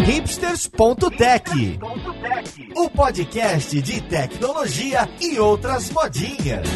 hipsters.tech, o podcast de tecnologia e outras modinhas.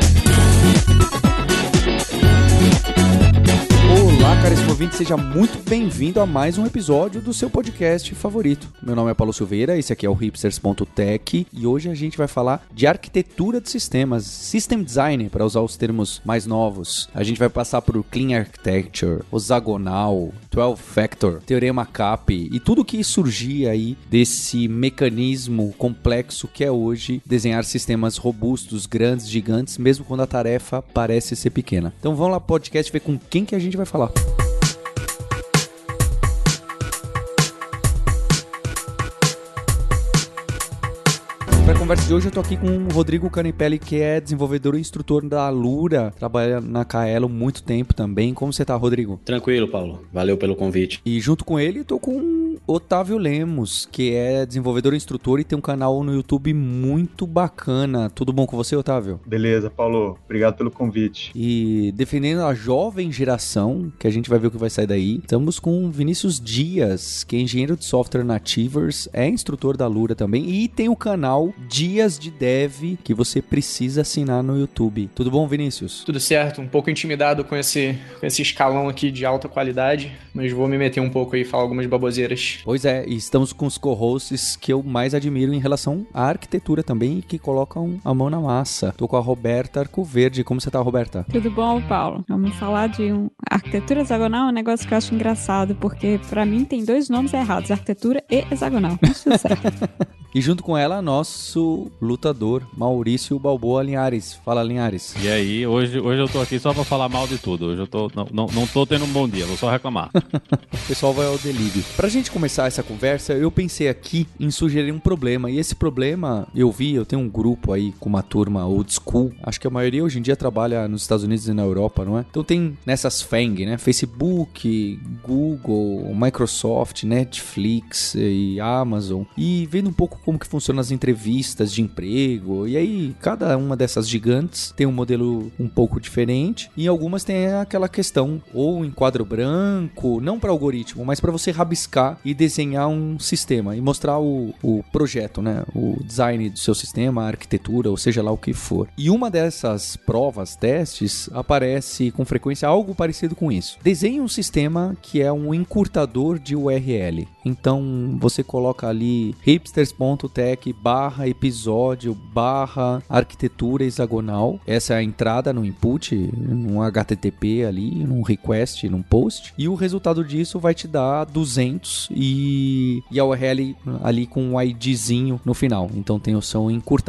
Olá, caríssimo ouvinte, seja muito bem-vindo a mais um episódio do seu podcast favorito. Meu nome é Paulo Silveira, esse aqui é o hipsters.tech e hoje a gente vai falar de arquitetura de sistemas, System Design, para usar os termos mais novos. A gente vai passar por Clean Architecture, Hexagonal, 12 Factor, Teorema CAP e tudo que surgir aí desse mecanismo complexo que é hoje desenhar sistemas robustos, grandes, gigantes, mesmo quando a tarefa parece ser pequena. Então vamos lá pro podcast ver com quem que a gente vai falar. Para a conversa de hoje eu tô aqui com o Rodrigo Canipelli, que é desenvolvedor e instrutor da Alura, trabalha na Kaelo há muito tempo também. Como você tá, Rodrigo? Tranquilo, Paulo. Valeu pelo convite. E junto com ele tô com o Otávio Lemos, que é desenvolvedor e instrutor e tem um canal no YouTube muito bacana. Tudo bom com você, Otávio? Beleza, Paulo. Obrigado pelo convite. E defendendo a jovem geração, que a gente vai ver o que vai sair daí, estamos com Vinícius Dias, que é engenheiro de software na Achievers, é instrutor da Alura também e tem o canal Dias de Dev, que você precisa assinar no YouTube. Tudo bom, Vinícius? Tudo certo, um pouco intimidado com esse escalão aqui de alta qualidade, mas vou me meter um pouco aí e falar algumas baboseiras. Pois é, e estamos com os co-hosts que eu mais admiro em relação à arquitetura também e que colocam a mão na massa. Tô com a Roberta Arcoverde. Como você tá, Roberta? Tudo bom, Paulo? Vamos falar de arquitetura hexagonal, é um negócio que eu acho engraçado, porque pra mim tem dois nomes errados, arquitetura e hexagonal. Isso é certo. E junto com ela, nosso lutador, Maurício Balboa Linhares. Fala, Linhares. E aí, hoje eu tô aqui só pra falar mal de tudo. Hoje eu não tô tendo um bom dia, vou só reclamar. O pessoal vai ao delírio. Pra gente começar essa conversa, eu pensei aqui em sugerir um problema. E esse problema, eu tenho um grupo aí com uma turma old school. Acho que a maioria hoje em dia trabalha nos Estados Unidos e na Europa, não é? Então tem nessas FANG, né? Facebook, Google, Microsoft, Netflix e Amazon. E vendo um pouco como que funcionam as entrevistas de emprego, e aí cada uma dessas gigantes tem um modelo um pouco diferente, e algumas tem aquela questão, ou em quadro branco, não para algoritmo, mas para você rabiscar e desenhar um sistema, e mostrar o projeto, né, o design do seu sistema, a arquitetura, ou seja lá o que for. E uma dessas provas, testes, aparece com frequência algo parecido com isso. Desenhe um sistema que é um encurtador de URL. Então, você coloca ali hipsters.tech/episódio/arquitetura hexagonal. Essa é a entrada no input, num HTTP ali, num request, num post. E o resultado disso vai te dar 200 e a URL ali com um IDzinho no final. Então, tem opção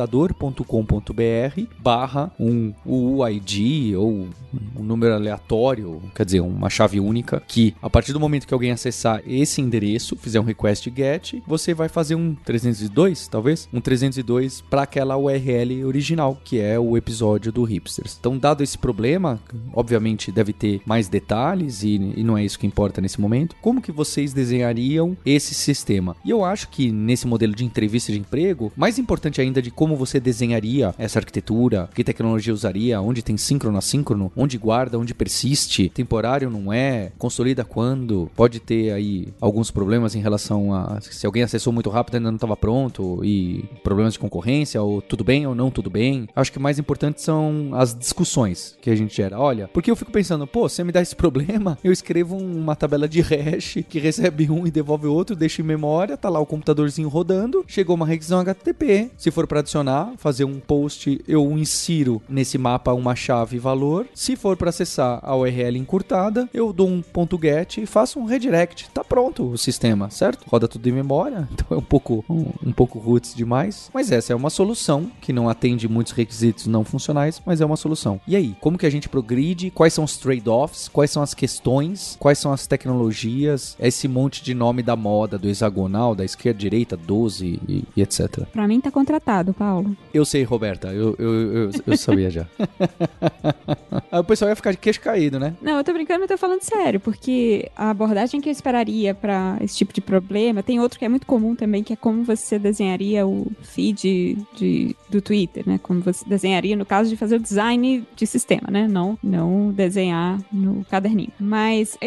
encurtador.com.br/um UID ou um número aleatório, quer dizer, uma chave única, que a partir do momento que alguém acessar esse endereço, fizer um request GET, você vai fazer um 302, talvez? Um 302 para aquela URL original, que é o episódio do Hipsters. Então, dado esse problema, obviamente deve ter mais detalhes e não é isso que importa nesse momento. Como que vocês desenhariam esse sistema? E eu acho que nesse modelo de entrevista de emprego, mais importante ainda de como você desenharia essa arquitetura, que tecnologia usaria, onde tem síncrono, assíncrono, onde guarda, onde persiste, temporário não é, consolida quando, pode ter aí alguns problemas em relação a se alguém acessou muito rápido ainda não estava pronto e problemas de concorrência, ou tudo bem ou não tudo bem. Acho que o mais importante são as discussões que a gente gera. Olha, porque eu fico pensando, pô, se você me dá esse problema, eu escrevo uma tabela de hash que recebe um e devolve outro, deixa em memória, tá lá o computadorzinho rodando, chegou uma requisição HTTP, se for para adicionar, fazer um post, eu insiro nesse mapa uma chave e valor. Se for para acessar a URL encurtada, eu dou um .get e faço um redirect. Tá pronto o sistema, certo? Roda tudo em memória, então é um pouco roots demais, mas essa é uma solução que não atende muitos requisitos não funcionais, mas é uma solução. E aí, como que a gente progride? Quais são os trade-offs? Quais são as questões? Quais são as tecnologias? Esse monte de nome da moda, do hexagonal, da esquerda, direita, 12 e etc. Pra mim tá contratado, Paulo. Eu sei, Roberta, eu sabia já. Aí o pessoal ia ficar de queixo caído, né? Não, eu tô brincando, mas eu tô falando sério, porque a abordagem que eu esperaria pra esse tipo de problema, tem outro que é muito comum também, que é como você desenharia o feed do Twitter, né? Como você desenharia no caso de fazer o design de sistema, né? Não desenhar no caderninho. Mas eu acho que a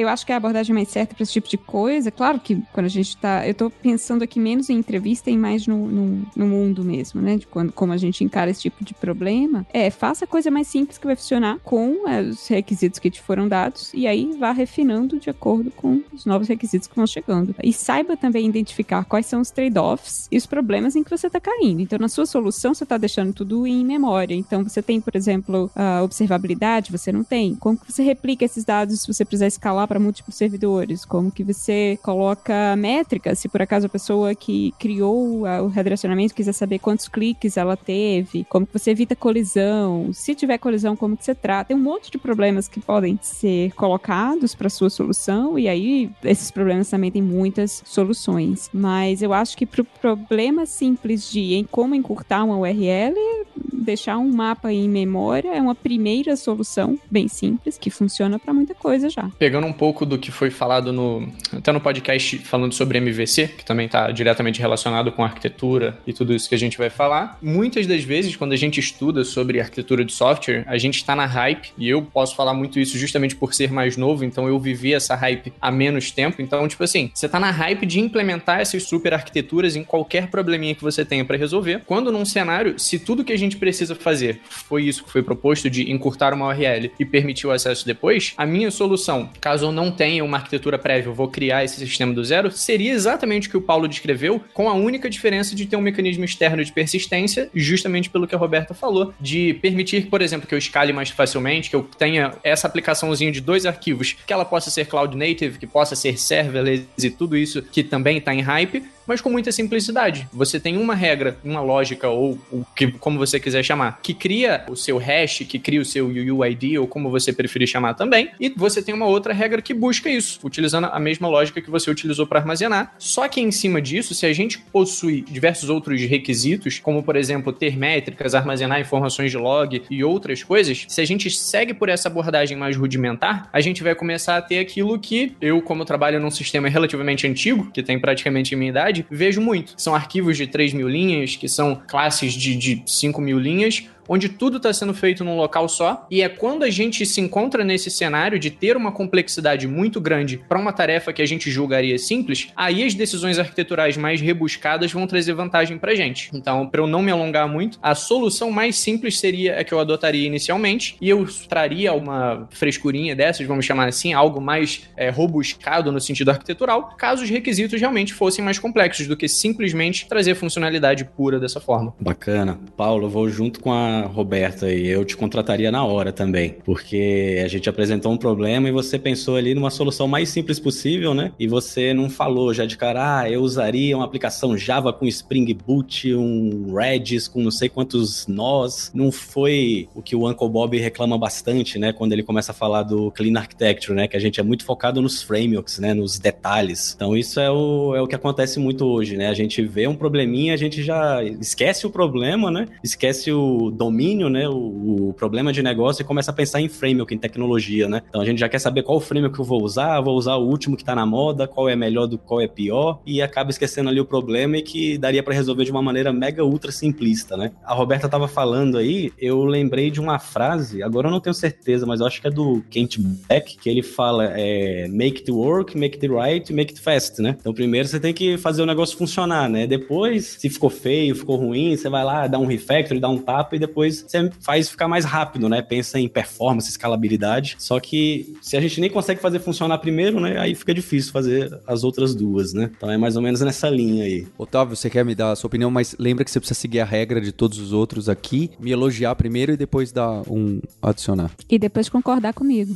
abordagem mais certa para esse tipo de coisa. Claro que quando a gente tá... Eu tô pensando aqui menos em entrevista e mais no mundo mesmo, né? De como a gente encara esse tipo de problema. Faça a coisa mais simples que vai funcionar com os requisitos que te foram dados e aí vá refinando de acordo com os novos requisitos que vão chegando. E saiba também identificar quais são os trade-offs e os problemas em que você tá caindo. Então, na sua solução, você tá deixando tudo em memória. Então, você tem, por exemplo, a observabilidade, você não tem. Como que você replica esses dados se você precisar escalar para múltiplos servidores? Como que você coloca métricas, se por acaso a pessoa que criou o redirecionamento quiser saber quantos cliques ela teve? Como que você evita colisão? Se tiver colisão, como que você trata? Tem um monte de problemas que podem ser colocados para sua solução e aí esses problemas também têm muitas soluções. Mas eu acho que para o problema simples de como encurtar uma URL, deixar um mapa em memória é uma primeira solução bem simples, que funciona para muita coisa já. Pegando um pouco do que foi falado até no podcast falando sobre MVC, que também está diretamente relacionado com arquitetura e tudo isso que a gente vai falar, muitas das vezes quando a gente estuda sobre arquitetura de software, a gente está na hype, e eu posso falar muito isso justamente por ser mais novo, então eu vivi essa hype há menos tempo, então tipo assim, você está na hype de implementar essas super arquiteturas em qualquer probleminha que você tenha para resolver, quando num cenário, se tudo que a gente precisa fazer foi isso que foi proposto de encurtar uma URL e permitir o acesso depois, a minha solução, caso eu não tenha uma arquitetura prévia, eu vou criar esse sistema do zero, seria exatamente o que o Paulo descreveu, com a única diferença de ter um mecanismo externo de persistência, justamente pelo que a Roberta falou, de permitir, por exemplo, que eu escale mais facilmente, que eu tenha essa aplicaçãozinha de 2 arquivos, que ela possa ser cloud native, que possa ser serverless e tudo isso que também está em hype, mas com muita simplicidade. Você tem uma regra, uma lógica, ou como você quiser chamar, que cria o seu hash, que cria o seu UUID, ou como você preferir chamar também, e você tem uma outra regra que busca isso, utilizando a mesma lógica que você utilizou para armazenar. Só que em cima disso, se a gente possui diversos outros requisitos, como por exemplo, ter métricas, armazenar informações de log e outras coisas, se a gente segue por essa abordagem mais rudimentar, a gente vai começar a ter aquilo que eu, como trabalho num sistema relativamente antigo, que tem praticamente a minha idade, vejo muito. São arquivos de 3.000 linhas, que são classes de 5.000 linhas, onde tudo está sendo feito num local só, e é quando a gente se encontra nesse cenário de ter uma complexidade muito grande para uma tarefa que a gente julgaria simples, aí as decisões arquiteturais mais rebuscadas vão trazer vantagem para a gente. Então, para eu não me alongar muito, a solução mais simples seria a que eu adotaria inicialmente, e eu traria uma frescurinha dessas, vamos chamar assim, algo mais robuscado no sentido arquitetural, caso os requisitos realmente fossem mais complexos do que simplesmente trazer funcionalidade pura dessa forma. Bacana. Paulo, eu vou junto com a Roberta e eu te contrataria na hora também, porque a gente apresentou um problema e você pensou ali numa solução mais simples possível, né? E você não falou já de cara, eu usaria uma aplicação Java com Spring Boot, um Redis com não sei quantos nós. Não foi o que o Uncle Bob reclama bastante, né? Quando ele começa a falar do Clean Architecture, né? Que a gente é muito focado nos frameworks, né? Nos detalhes. Então isso é o que acontece muito hoje, né? A gente vê um probleminha, a gente já esquece o problema, né? Esquece o domínio, né, o problema de negócio e começa a pensar em framework, em tecnologia, né? Então a gente já quer saber qual framework que eu vou usar o último que tá na moda, qual é melhor qual é pior, e acaba esquecendo ali o problema e que daria para resolver de uma maneira mega ultra simplista, né? A Roberta tava falando aí, eu lembrei de uma frase, agora eu não tenho certeza, mas eu acho que é do Kent Beck, que ele fala make it work, make it right, make it fast, né? Então primeiro você tem que fazer o negócio funcionar, né? Depois, se ficou feio, ficou ruim, você vai lá, dá um refactor, dá um tapa e depois você faz ficar mais rápido, né? Pensa em performance, escalabilidade. Só que se a gente nem consegue fazer funcionar primeiro, né? Aí fica difícil fazer as outras duas, né? Então é mais ou menos nessa linha aí. Otávio, você quer me dar a sua opinião, mas lembra que você precisa seguir a regra de todos os outros aqui, me elogiar primeiro e depois dar um adicionar. E depois concordar comigo.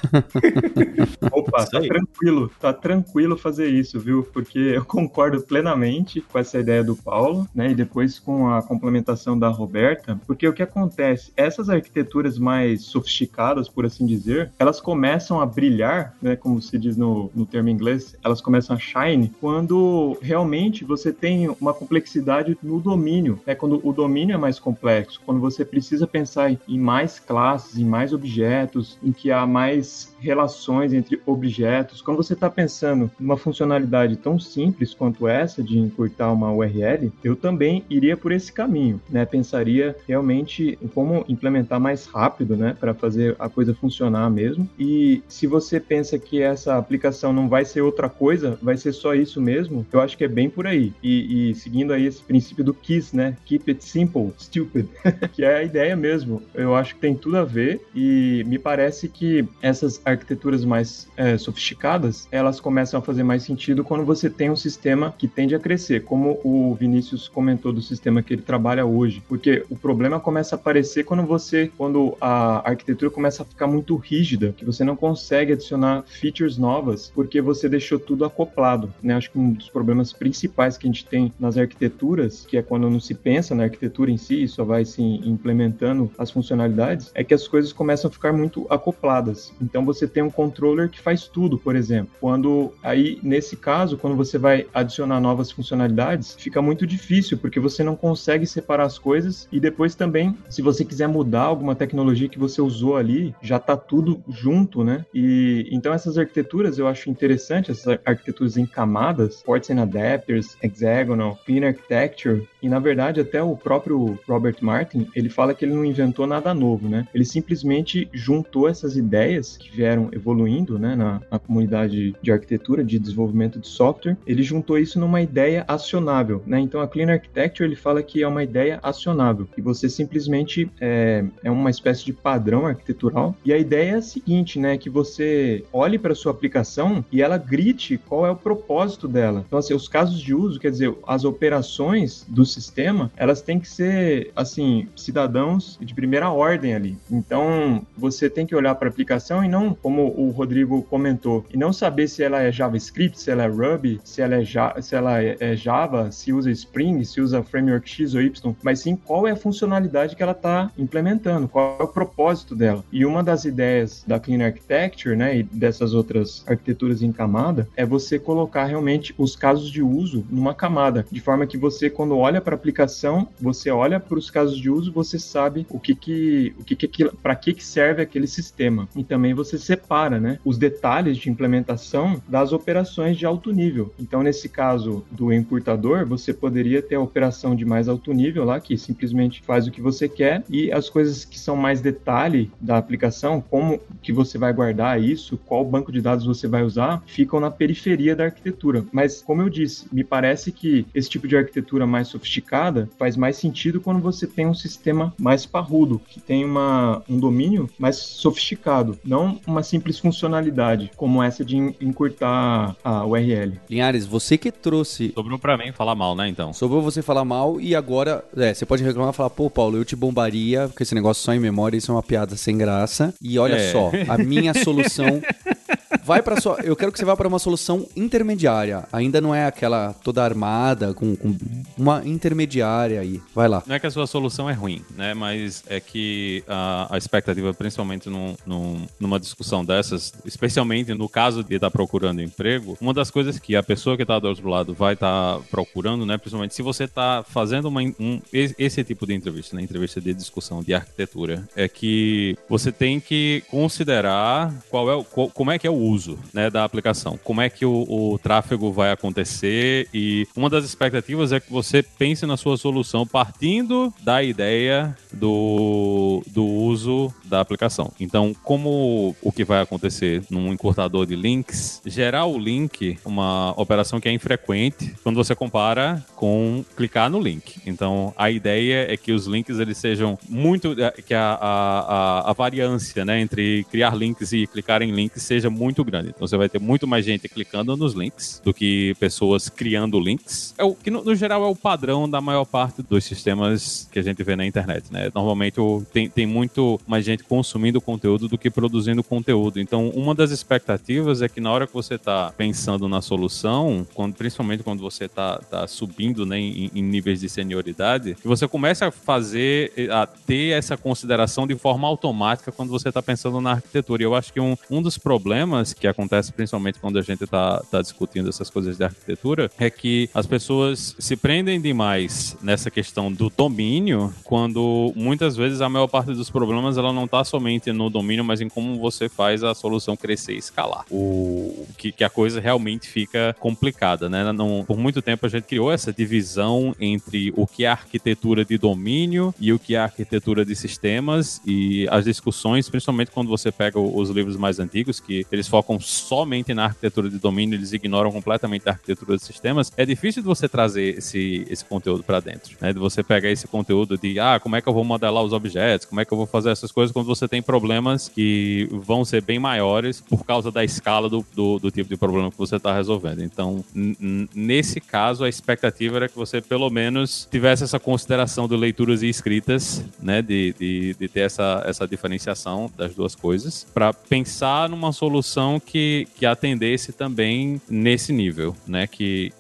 Opa, tá tranquilo fazer isso, viu? Porque eu concordo plenamente com essa ideia do Paulo, né? E depois com a complementação da Roberta, porque o que acontece? Essas arquiteturas mais sofisticadas, por assim dizer, elas começam a brilhar, né? Como se diz no termo inglês, elas começam a shine quando realmente você tem uma complexidade no domínio, né? Quando o domínio é mais complexo, quando você precisa pensar em mais classes, em mais objetos, em que há mais relações entre objetos. Quando você está pensando numa funcionalidade tão simples quanto essa de encurtar uma URL, eu também iria por esse caminho, né? Pensaria realmente realmente como implementar mais rápido, né, para fazer a coisa funcionar mesmo. E se você pensa que essa aplicação não vai ser outra coisa, vai ser só isso mesmo, eu acho que é bem por aí. E seguindo aí esse princípio do KISS, né, Keep It Simple, Stupid, que é a ideia mesmo. Eu acho que tem tudo a ver e me parece que essas arquiteturas mais sofisticadas, elas começam a fazer mais sentido quando você tem um sistema que tende a crescer, como o Vinícius comentou do sistema que ele trabalha hoje, porque o problema começa a aparecer quando a arquitetura começa a ficar muito rígida, que você não consegue adicionar features novas, porque você deixou tudo acoplado, né? Acho que um dos problemas principais que a gente tem nas arquiteturas, que é quando não se pensa na arquitetura em si, só vai se implementando as funcionalidades, é que as coisas começam a ficar muito acopladas. Então você tem um controller que faz tudo, por exemplo. Nesse caso, quando você vai adicionar novas funcionalidades, fica muito difícil, porque você não consegue separar as coisas e depois também, se você quiser mudar alguma tecnologia que você usou ali, já está tudo junto, né? E então essas arquiteturas eu acho interessante, essas arquiteturas em camadas, ports and adapters, hexagonal, clean architecture, e na verdade até o próprio Robert Martin, ele fala que ele não inventou nada novo, né? Ele simplesmente juntou essas ideias que vieram evoluindo, né, na comunidade de arquitetura, de desenvolvimento de software, ele juntou isso numa ideia acionável, né? Então a Clean Architecture, ele fala que é uma ideia acionável, e você simplesmente é uma espécie de padrão arquitetural, e a ideia é a seguinte, né, que você olhe para sua aplicação e ela grite qual é o propósito dela. Então, assim, os casos de uso, quer dizer, as operações do sistema, elas têm que ser, assim, cidadãos de primeira ordem ali. Então, você tem que olhar para a aplicação e não, como o Rodrigo comentou, e não saber se ela é JavaScript, se ela é Ruby, se ela é Java, se usa Spring, se usa Framework X ou Y, mas sim qual é a funcionalidade que ela está implementando, qual é o propósito dela. E uma das ideias da Clean Architecture, né, e dessas outras arquiteturas em camada, é você colocar realmente os casos de uso numa camada, de forma que você, quando olha para a aplicação, você olha para os casos de uso, você sabe para que serve aquele sistema. E também você separa, né, os detalhes de implementação das operações de alto nível. Então, nesse caso do encurtador, você poderia ter a operação de mais alto nível lá, que simplesmente faz o que você quer, e as coisas que são mais detalhe da aplicação, como que você vai guardar isso, qual banco de dados você vai usar, ficam na periferia da arquitetura. Mas, como eu disse, me parece que esse tipo de arquitetura mais sofisticada faz mais sentido quando você tem um sistema mais parrudo, que tem um domínio mais sofisticado, não uma simples funcionalidade, como essa de encurtar a URL. Linhares, você que trouxe... Sobrou pra mim falar mal, né, então? Sobrou você falar mal e agora, você pode reclamar e falar, pô, Paulo, eu te bombaria, porque esse negócio só em memória, isso é uma piada sem graça. E olha só, a minha solução... Eu quero que você vá para uma solução intermediária. Ainda não é aquela toda armada, com uma intermediária aí. Vai lá. Não é que a sua solução é ruim, né? Mas é que a expectativa, principalmente numa discussão dessas, especialmente no caso de estar procurando emprego, uma das coisas que a pessoa que está do outro lado vai estar procurando, né? Principalmente se você está fazendo esse tipo de entrevista, né? Entrevista de discussão de arquitetura, é que você tem que considerar como é que é o uso, né, da aplicação. Como é que o tráfego vai acontecer, e uma das expectativas é que você pense na sua solução partindo da ideia do uso da aplicação. Então, como o que vai acontecer num encurtador de links, gerar o link, uma operação que é infrequente quando você compara com clicar no link. Então, a ideia é que os links eles sejam muito, que a variância, né, entre criar links e clicar em links seja muito grande. Então você vai ter muito mais gente clicando nos links do que pessoas criando links. É o que no geral é o padrão da maior parte dos sistemas que a gente vê na internet, né? Normalmente tem muito mais gente consumindo conteúdo do que produzindo conteúdo. Então uma das expectativas é que na hora que você está pensando na solução, principalmente quando você está subindo, né, em níveis de senioridade, que você comece a ter essa consideração de forma automática quando você está pensando na arquitetura. E eu acho que um dos problemas problemas que acontecem principalmente quando a gente tá discutindo essas coisas de arquitetura é que as pessoas se prendem demais nessa questão do domínio, quando muitas vezes a maior parte dos problemas ela não tá somente no domínio, mas em como você faz a solução crescer e escalar. Que a coisa realmente fica complicada, né? Por muito tempo a gente criou essa divisão entre o que é arquitetura de domínio e o que é arquitetura de sistemas, e as discussões, principalmente quando você pega os livros mais antigos, que eles focam somente na arquitetura de domínio, eles ignoram completamente a arquitetura de sistemas, é difícil de você trazer esse conteúdo para dentro, né? De você pegar esse conteúdo de, como é que eu vou modelar os objetos, como é que eu vou fazer essas coisas, quando você tem problemas que vão ser bem maiores por causa da escala do tipo de problema que você está resolvendo. Então, nesse caso, a expectativa era que você, pelo menos, tivesse essa consideração de leituras e escritas, né? De ter essa diferenciação das duas coisas, para pensar numa solução que atendesse também nesse nível, né? Que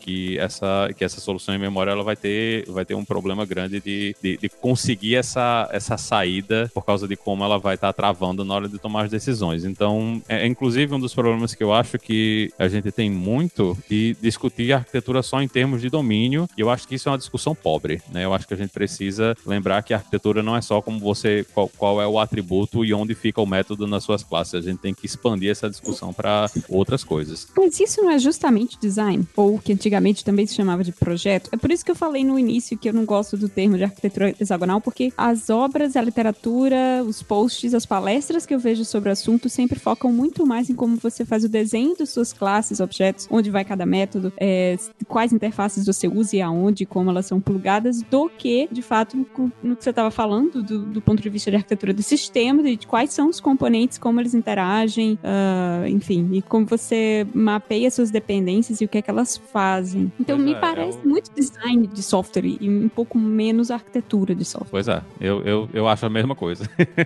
essa solução em memória ela vai ter um problema grande de conseguir essa saída por causa de como ela vai estar travando na hora de tomar as decisões. Então, inclusive um dos problemas que eu acho que a gente tem muito de discutir a arquitetura só em termos de domínio, e eu acho que isso é uma discussão pobre, né? Eu acho que a gente precisa lembrar que a arquitetura não é só como qual é o atributo e onde fica o método nas suas classes. A gente tem que expandir essa discussão para outras coisas. Mas isso não é justamente design? Ou que antigamente também se chamava de projeto? É por isso que eu falei no início que eu não gosto do termo de arquitetura hexagonal, porque as obras, a literatura, os posts, as palestras que eu vejo sobre o assunto sempre focam muito mais em como você faz o desenho das suas classes, objetos, onde vai cada método, quais interfaces você usa e aonde, como elas são plugadas, do que, de fato, no que você estava falando, do ponto de vista de arquitetura de sistemas e de quais são os componentes, como eles interagem, enfim, e como você mapeia suas dependências e o que é que elas fazem. Então, me parece muito design de software e um pouco menos arquitetura de software. Pois é, eu acho a mesma coisa.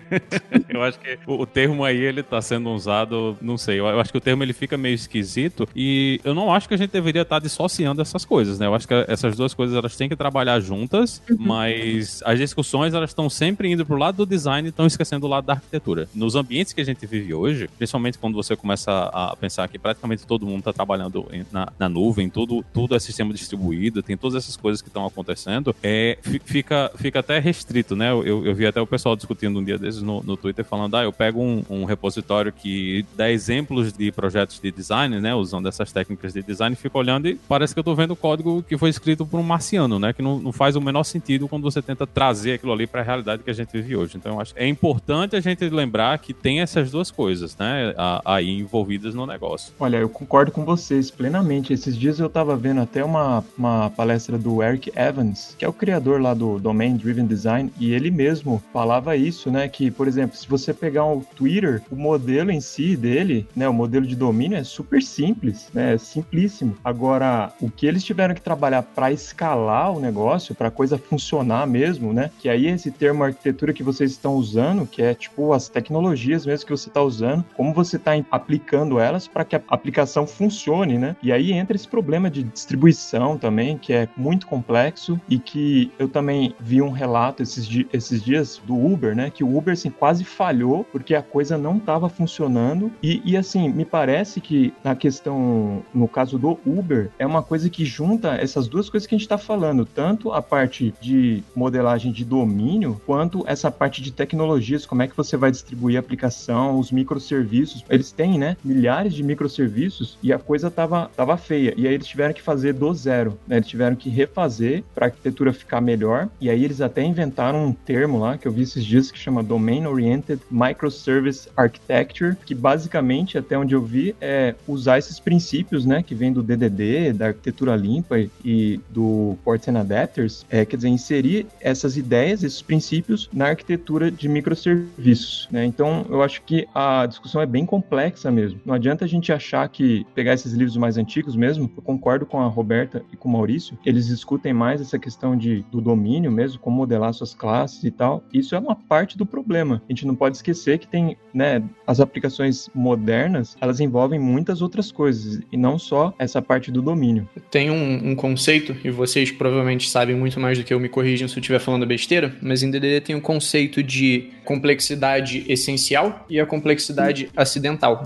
Eu acho que o termo aí, ele tá sendo usado, não sei, eu acho que o termo ele fica meio esquisito, e eu não acho que a gente deveria estar dissociando essas coisas, né? Eu acho que essas duas coisas, elas têm que trabalhar juntas, mas as discussões, elas estão sempre indo pro lado do design e estão esquecendo o lado da arquitetura. Nos ambientes que a gente vive hoje, principalmente quando você começa a pensar que praticamente todo mundo está trabalhando na nuvem, tudo é sistema distribuído, tem todas essas coisas que estão acontecendo, fica até restrito, né? Eu vi até o pessoal discutindo um dia desses no Twitter, falando, eu pego um repositório que dá exemplos de projetos de design, né? Usando essas técnicas de design, e fico olhando e parece que eu estou vendo código que foi escrito por um marciano, né? Que não faz o menor sentido quando você tenta trazer aquilo ali para a realidade que a gente vive hoje. Então, eu acho que é importante a gente lembrar que tem essas duas coisas, né? Aí envolvidas no negócio. Olha, eu concordo com vocês plenamente. Esses dias eu estava vendo até uma palestra do Eric Evans, que é o criador lá do Domain Driven Design, e ele mesmo falava isso, né? Que, por exemplo, se você pegar o Twitter, o modelo em si dele, né? O modelo de domínio é super simples, né? É simplíssimo. Agora, o que eles tiveram que trabalhar para escalar o negócio, para a coisa funcionar mesmo, né? Que aí esse termo arquitetura que vocês estão usando, que é tipo as tecnologias mesmo que você está usando, como você está aplicando elas para que a aplicação funcione, né? E aí entra esse problema de distribuição também, que é muito complexo, e que eu também vi um relato esses dias do Uber, né? Que o Uber assim, quase falhou porque a coisa não estava funcionando, e assim, me parece que na questão, no caso do Uber, é uma coisa que junta essas duas coisas que a gente está falando, tanto a parte de modelagem de domínio, quanto essa parte de tecnologias, como é que você vai distribuir a aplicação, os microserviços. Eles têm, né, milhares de microserviços, e a coisa tava feia, e aí eles tiveram que fazer do zero, né? Eles tiveram que refazer para a arquitetura ficar melhor, e aí eles até inventaram um termo lá, que eu vi esses dias, que chama Domain Oriented Microservice Architecture, que basicamente, até onde eu vi, é usar esses princípios, né, que vem do DDD, da arquitetura limpa e do Ports and Adapters, quer dizer, inserir essas ideias, esses princípios na arquitetura de microserviços, né? Então, eu acho que a discussão é bem complexa mesmo. Não adianta a gente achar que pegar esses livros mais antigos mesmo, eu concordo com a Roberta e com o Maurício, eles discutem mais essa questão do domínio mesmo, como modelar suas classes e tal. Isso é uma parte do problema. A gente não pode esquecer que tem, né, as aplicações modernas, elas envolvem muitas outras coisas, e não só essa parte do domínio. Tem um conceito, e vocês provavelmente sabem muito mais do que eu, me corrijam se eu estiver falando besteira, mas em DDD tem um conceito de complexidade essencial e a complexidade acidental.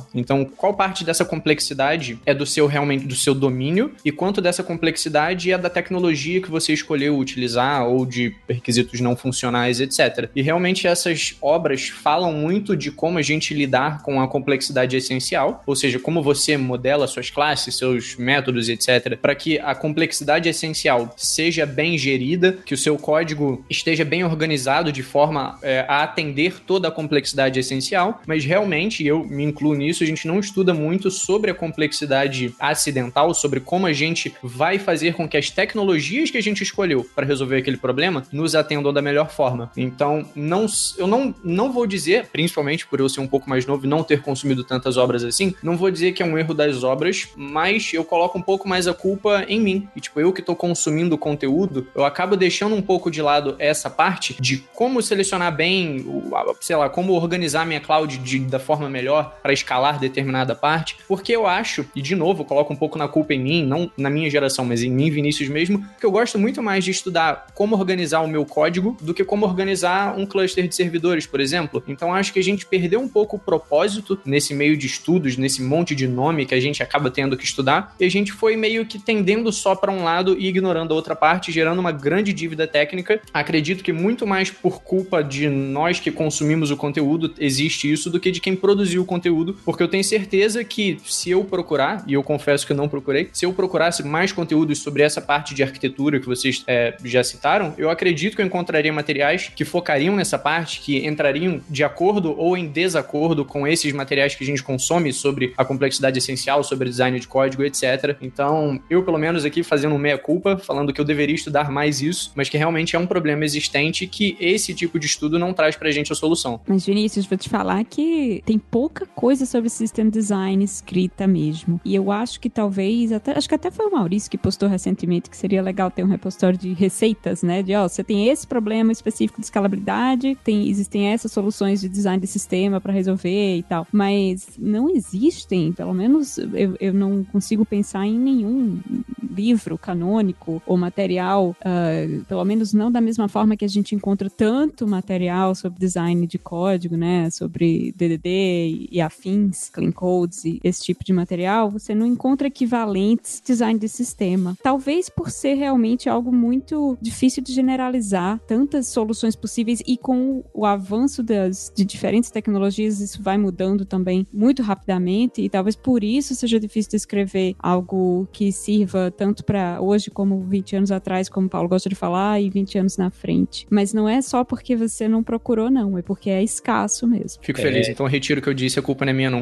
Então, qual parte dessa complexidade é do seu domínio e quanto dessa complexidade é da tecnologia que você escolheu utilizar ou de requisitos não funcionais, etc. E realmente essas obras falam muito de como a gente lidar com a complexidade essencial, ou seja, como você modela suas classes, seus métodos, etc., para que a complexidade essencial seja bem gerida, que o seu código esteja bem organizado de forma a atender toda a complexidade essencial, mas realmente, eu me incluo nisso, a gente não estuda muito sobre a complexidade acidental, sobre como a gente vai fazer com que as tecnologias que a gente escolheu para resolver aquele problema nos atendam da melhor forma. Então, eu não vou dizer, principalmente por eu ser um pouco mais novo e não ter consumido tantas obras assim, não vou dizer que é um erro das obras, mas eu coloco um pouco mais a culpa em mim. E tipo, eu que tô consumindo o conteúdo, eu acabo deixando um pouco de lado essa parte de como selecionar bem, sei lá, como organizar minha cloud da forma melhor para escalar determinada parte, porque eu acho, e de novo, eu coloco um pouco na culpa em mim, não na minha geração, mas em mim, Vinícius mesmo, que eu gosto muito mais de estudar como organizar o meu código do que como organizar um cluster de servidores, por exemplo. Então acho que a gente perdeu um pouco o propósito nesse meio de estudos, nesse monte de nome que a gente acaba tendo que estudar, e a gente foi meio que tendendo só para um lado e ignorando a outra parte, gerando uma grande dívida técnica. Acredito que muito mais por culpa de nós que consumimos o conteúdo existe isso do que de quem produziu o conteúdo, porque eu tenho certeza que se eu procurar, e eu confesso que eu não procurei, se eu procurasse mais conteúdos sobre essa parte de arquitetura que vocês já citaram, eu acredito que eu encontraria materiais que focariam nessa parte, que entrariam de acordo ou em desacordo com esses materiais que a gente consome sobre a complexidade essencial, sobre design de código, etc. Então, eu pelo menos aqui fazendo um meia-culpa, falando que eu deveria estudar mais isso, mas que realmente é um problema existente que esse tipo de estudo não traz pra gente a solução. Mas, Vinícius, vou te falar que tem pouca coisa sobre system design escrita mesmo. E eu acho que talvez, acho que até foi o Maurício que postou recentemente que seria legal ter um repositório de receitas, né? De, você tem esse problema específico de escalabilidade, existem essas soluções de design de sistema para resolver e tal. Mas não existem, pelo menos eu não consigo pensar em nenhum livro canônico ou material, pelo menos não da mesma forma que a gente encontra tanto material sobre design de código, né? Sobre DDD e afins, clean codes e esse tipo de material, você não encontra equivalentes design de sistema. Talvez por ser realmente algo muito difícil de generalizar, tantas soluções possíveis, e com o avanço de diferentes tecnologias, isso vai mudando também muito rapidamente, e talvez por isso seja difícil descrever algo que sirva tanto para hoje como 20 anos atrás, como o Paulo gosta de falar, e 20 anos na frente. Mas não é só porque você não procurou, não, é porque é escasso mesmo. Fico feliz, então eu retiro o que eu disse, a culpa não é minha, não.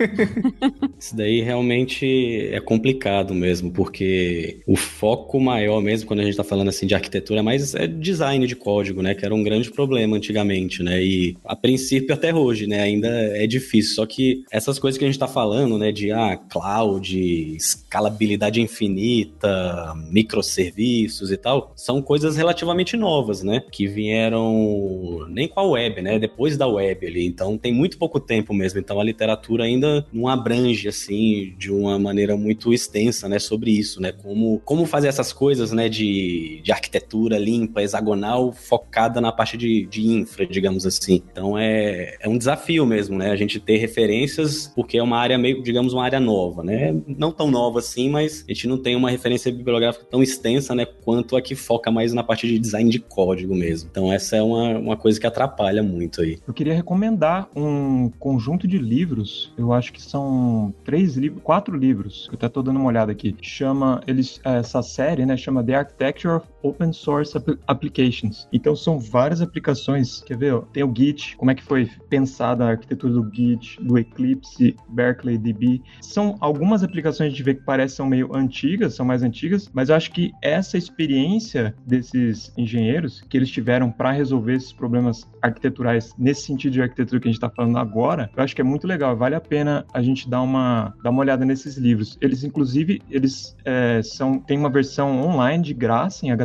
Isso daí realmente é complicado mesmo, porque o foco maior mesmo, quando a gente tá falando assim de arquitetura, mas é design de código, né, que era um grande problema antigamente, né, e a princípio até hoje, né, ainda é difícil, só que essas coisas que a gente tá falando, né, de cloud, escalabilidade infinita, microserviços e tal, são coisas relativamente novas, né, que vieram nem com a web, né, depois da web ali, então tem muito pouco tempo mesmo, então a literatura ainda não abrange, assim, de uma maneira muito extensa, né, sobre isso, né, como fazer essas coisas, né, de arquitetura limpa, hexagonal, focada na parte de infra, digamos assim. Então é um desafio mesmo, né, a gente ter referências, porque é uma área meio, digamos, uma área nova, né, não tão nova assim, mas a gente não tem uma referência bibliográfica tão extensa, né, quanto a que foca mais na parte de design de código mesmo. Então essa é uma coisa que atrapalha muito aí. Eu queria recomendar um conjunto de livros, eu acho que são 4 livros, eu até tô dando uma olhada aqui, essa série, né, chama The Architecture of Open Source Applications. Então são várias aplicações, quer ver? Tem o Git, como é que foi pensada a arquitetura do Git, do Eclipse, Berkeley DB. São algumas aplicações a gente vê que parecem meio antigas, são mais antigas, mas eu acho que essa experiência desses engenheiros que eles tiveram para resolver esses problemas arquiteturais nesse sentido de arquitetura que a gente está falando agora, eu acho que é muito legal, vale a pena a gente dar uma olhada nesses livros. Eles, inclusive, têm uma versão online de graça em HTML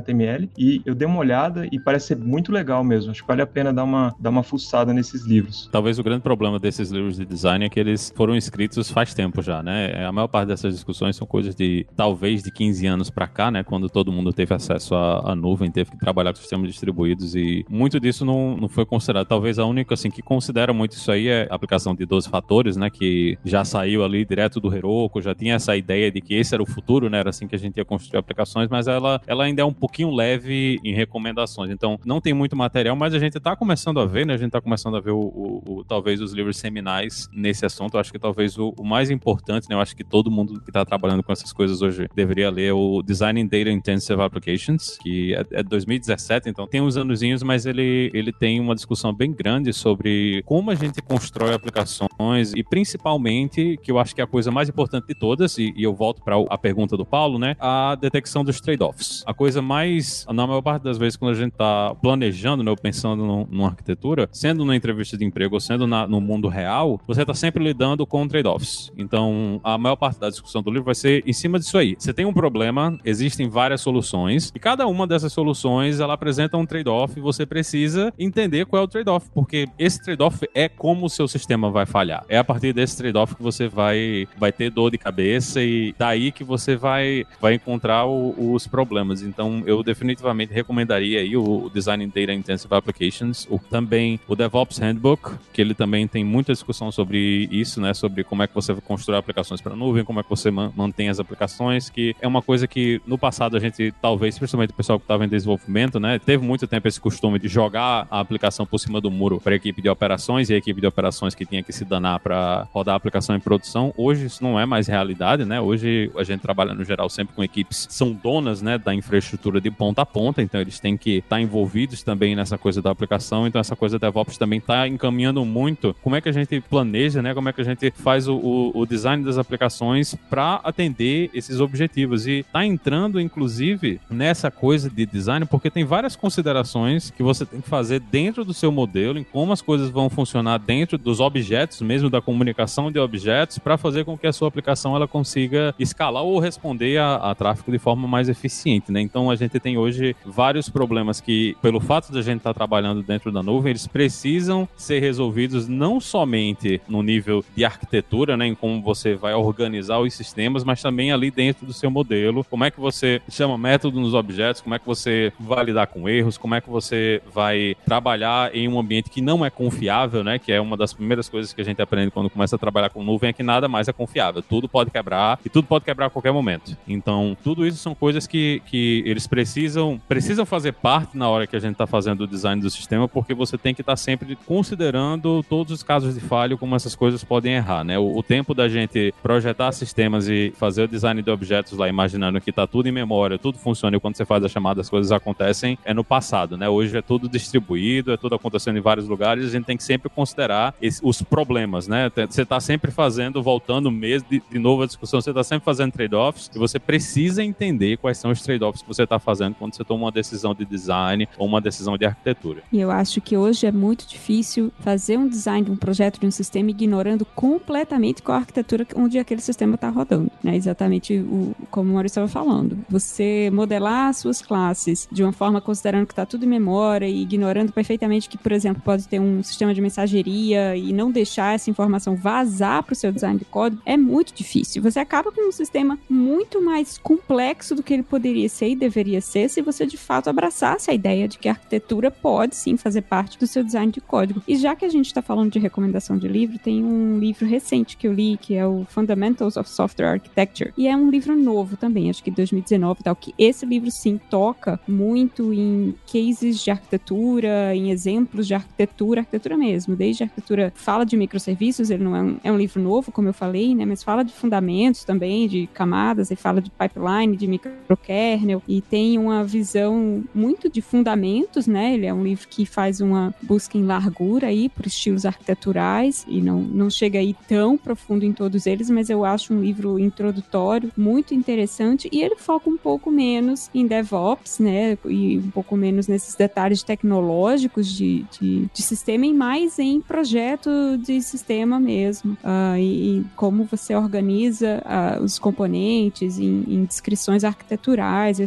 HTML, e eu dei uma olhada e parece ser muito legal mesmo. Acho que vale a pena dar uma fuçada nesses livros. Talvez o grande problema desses livros de design é que eles foram escritos faz tempo já, né? A maior parte dessas discussões são coisas de, talvez, de 15 anos pra cá, né? Quando todo mundo teve acesso à nuvem, teve que trabalhar com sistemas distribuídos, e muito disso não foi considerado. Talvez a única, assim, que considera muito isso aí é a aplicação de 12 fatores, né? Que já saiu ali direto do Heroku, já tinha essa ideia de que esse era o futuro, né? Era assim que a gente ia construir aplicações, mas ela ainda é um pouquinho leve em recomendações. Então, não tem muito material, mas a gente tá começando a ver, né? A gente tá começando a ver talvez os livros seminais nesse assunto. Eu acho que talvez o mais importante, né? Eu acho que todo mundo que tá trabalhando com essas coisas hoje deveria ler o Design in Data Intensive Applications, que é 2017, então tem uns anozinhos, mas ele tem uma discussão bem grande sobre como a gente constrói aplicações e principalmente, que eu acho que é a coisa mais importante de todas, e eu volto para a pergunta do Paulo, né? A detecção dos trade-offs. A coisa mais, na maior parte das vezes, quando a gente tá planejando, né? Ou pensando numa arquitetura, sendo numa entrevista de emprego ou sendo no mundo real, você tá sempre lidando com trade-offs. Então, a maior parte da discussão do livro vai ser em cima disso aí. Você tem um problema, existem várias soluções, e cada uma dessas soluções, ela apresenta um trade-off, e você precisa entender qual é o trade-off, porque esse trade-off é como o seu sistema vai falhar. É a partir desse trade-off que você vai ter dor de cabeça, e daí que você vai encontrar os problemas. Então, eu definitivamente recomendaria aí o Design in Data Intensive Applications, também o DevOps Handbook, que ele também tem muita discussão sobre isso, né? Sobre como é que você constrói aplicações para nuvem, como é que você mantém as aplicações, que é uma coisa que no passado a gente, talvez, principalmente o pessoal que estava em desenvolvimento, né? Teve muito tempo esse costume de jogar a aplicação por cima do muro para a equipe de operações, e a equipe de operações que tinha que se danar para rodar a aplicação em produção. Hoje isso não é mais realidade, né? Hoje a gente trabalha no geral sempre com equipes que são donas, né, da infraestrutura de ponta a ponta, então eles têm que estar envolvidos também nessa coisa da aplicação. Então essa coisa DevOps também está encaminhando muito como é que a gente planeja, né? Como é que a gente faz o design das aplicações para atender esses objetivos, e tá entrando inclusive nessa coisa de design porque tem várias considerações que você tem que fazer dentro do seu modelo, em como as coisas vão funcionar dentro dos objetos, mesmo da comunicação de objetos, para fazer com que a sua aplicação ela consiga escalar ou responder a tráfego de forma mais eficiente, né? Então a gente tem hoje vários problemas que, pelo fato de a gente estar trabalhando dentro da nuvem, eles precisam ser resolvidos não somente no nível de arquitetura, né, em como você vai organizar os sistemas, mas também ali dentro do seu modelo, como é que você chama método nos objetos, como é que você vai lidar com erros, como é que você vai trabalhar em um ambiente que não é confiável, né, que é uma das primeiras coisas que a gente aprende quando começa a trabalhar com nuvem, é que nada mais é confiável, tudo pode quebrar, e tudo pode quebrar a qualquer momento. Então, tudo isso são coisas que eles precisam fazer parte na hora que a gente está fazendo o design do sistema, porque você tem que estar sempre considerando todos os casos de falha, como essas coisas podem errar, né? O tempo da gente projetar sistemas e fazer o design de objetos lá, imaginando que está tudo em memória, tudo funciona, e quando você faz a chamada as coisas acontecem, é no passado, né? Hoje é tudo distribuído, é tudo acontecendo em vários lugares, a gente tem que sempre considerar os problemas, né? Você está sempre voltando mesmo, de novo a discussão, você está sempre fazendo trade-offs, e você precisa entender quais são os trade-offs que você está fazendo quando você toma uma decisão de design ou uma decisão de arquitetura. E eu acho que hoje é muito difícil fazer um design de um projeto, de um sistema, ignorando completamente qual a arquitetura onde aquele sistema está rodando, né? Exatamente como o Maurício estava falando. Você modelar suas classes de uma forma considerando que está tudo em memória e ignorando perfeitamente que, por exemplo, pode ter um sistema de mensageria e não deixar essa informação vazar para o seu design de código, é muito difícil. Você acaba com um sistema muito mais complexo do que ele poderia ser e deveria ser se você, de fato, abraçasse a ideia de que a arquitetura pode, sim, fazer parte do seu design de código. E já que a gente está falando de recomendação de livro, tem um livro recente que eu li, que é o Fundamentals of Software Architecture, e é um livro novo também, acho que 2019 e tal, que esse livro, sim, toca muito em cases de arquitetura, em exemplos de arquitetura mesmo, desde a arquitetura, fala de microserviços, ele não é um livro novo, como eu falei, né, mas fala de fundamentos também, de camadas, e fala de pipeline, de microkernel, e tem uma visão muito de fundamentos, né, ele é um livro que faz uma busca em largura aí por estilos arquiteturais, e não chega aí tão profundo em todos eles, mas eu acho um livro introdutório muito interessante, e ele foca um pouco menos em DevOps, né, e um pouco menos nesses detalhes tecnológicos de sistema, e mais em projeto de sistema mesmo, e como você organiza os componentes em descrições arquiteturais. Eu achei muito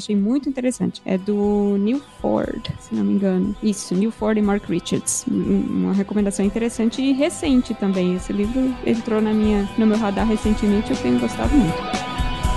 muito interessante. É do Neil Ford, se não me engano. Isso, Neil Ford e Mark Richards. Uma recomendação interessante e recente também. Esse livro entrou no meu radar recentemente e eu tenho gostado muito.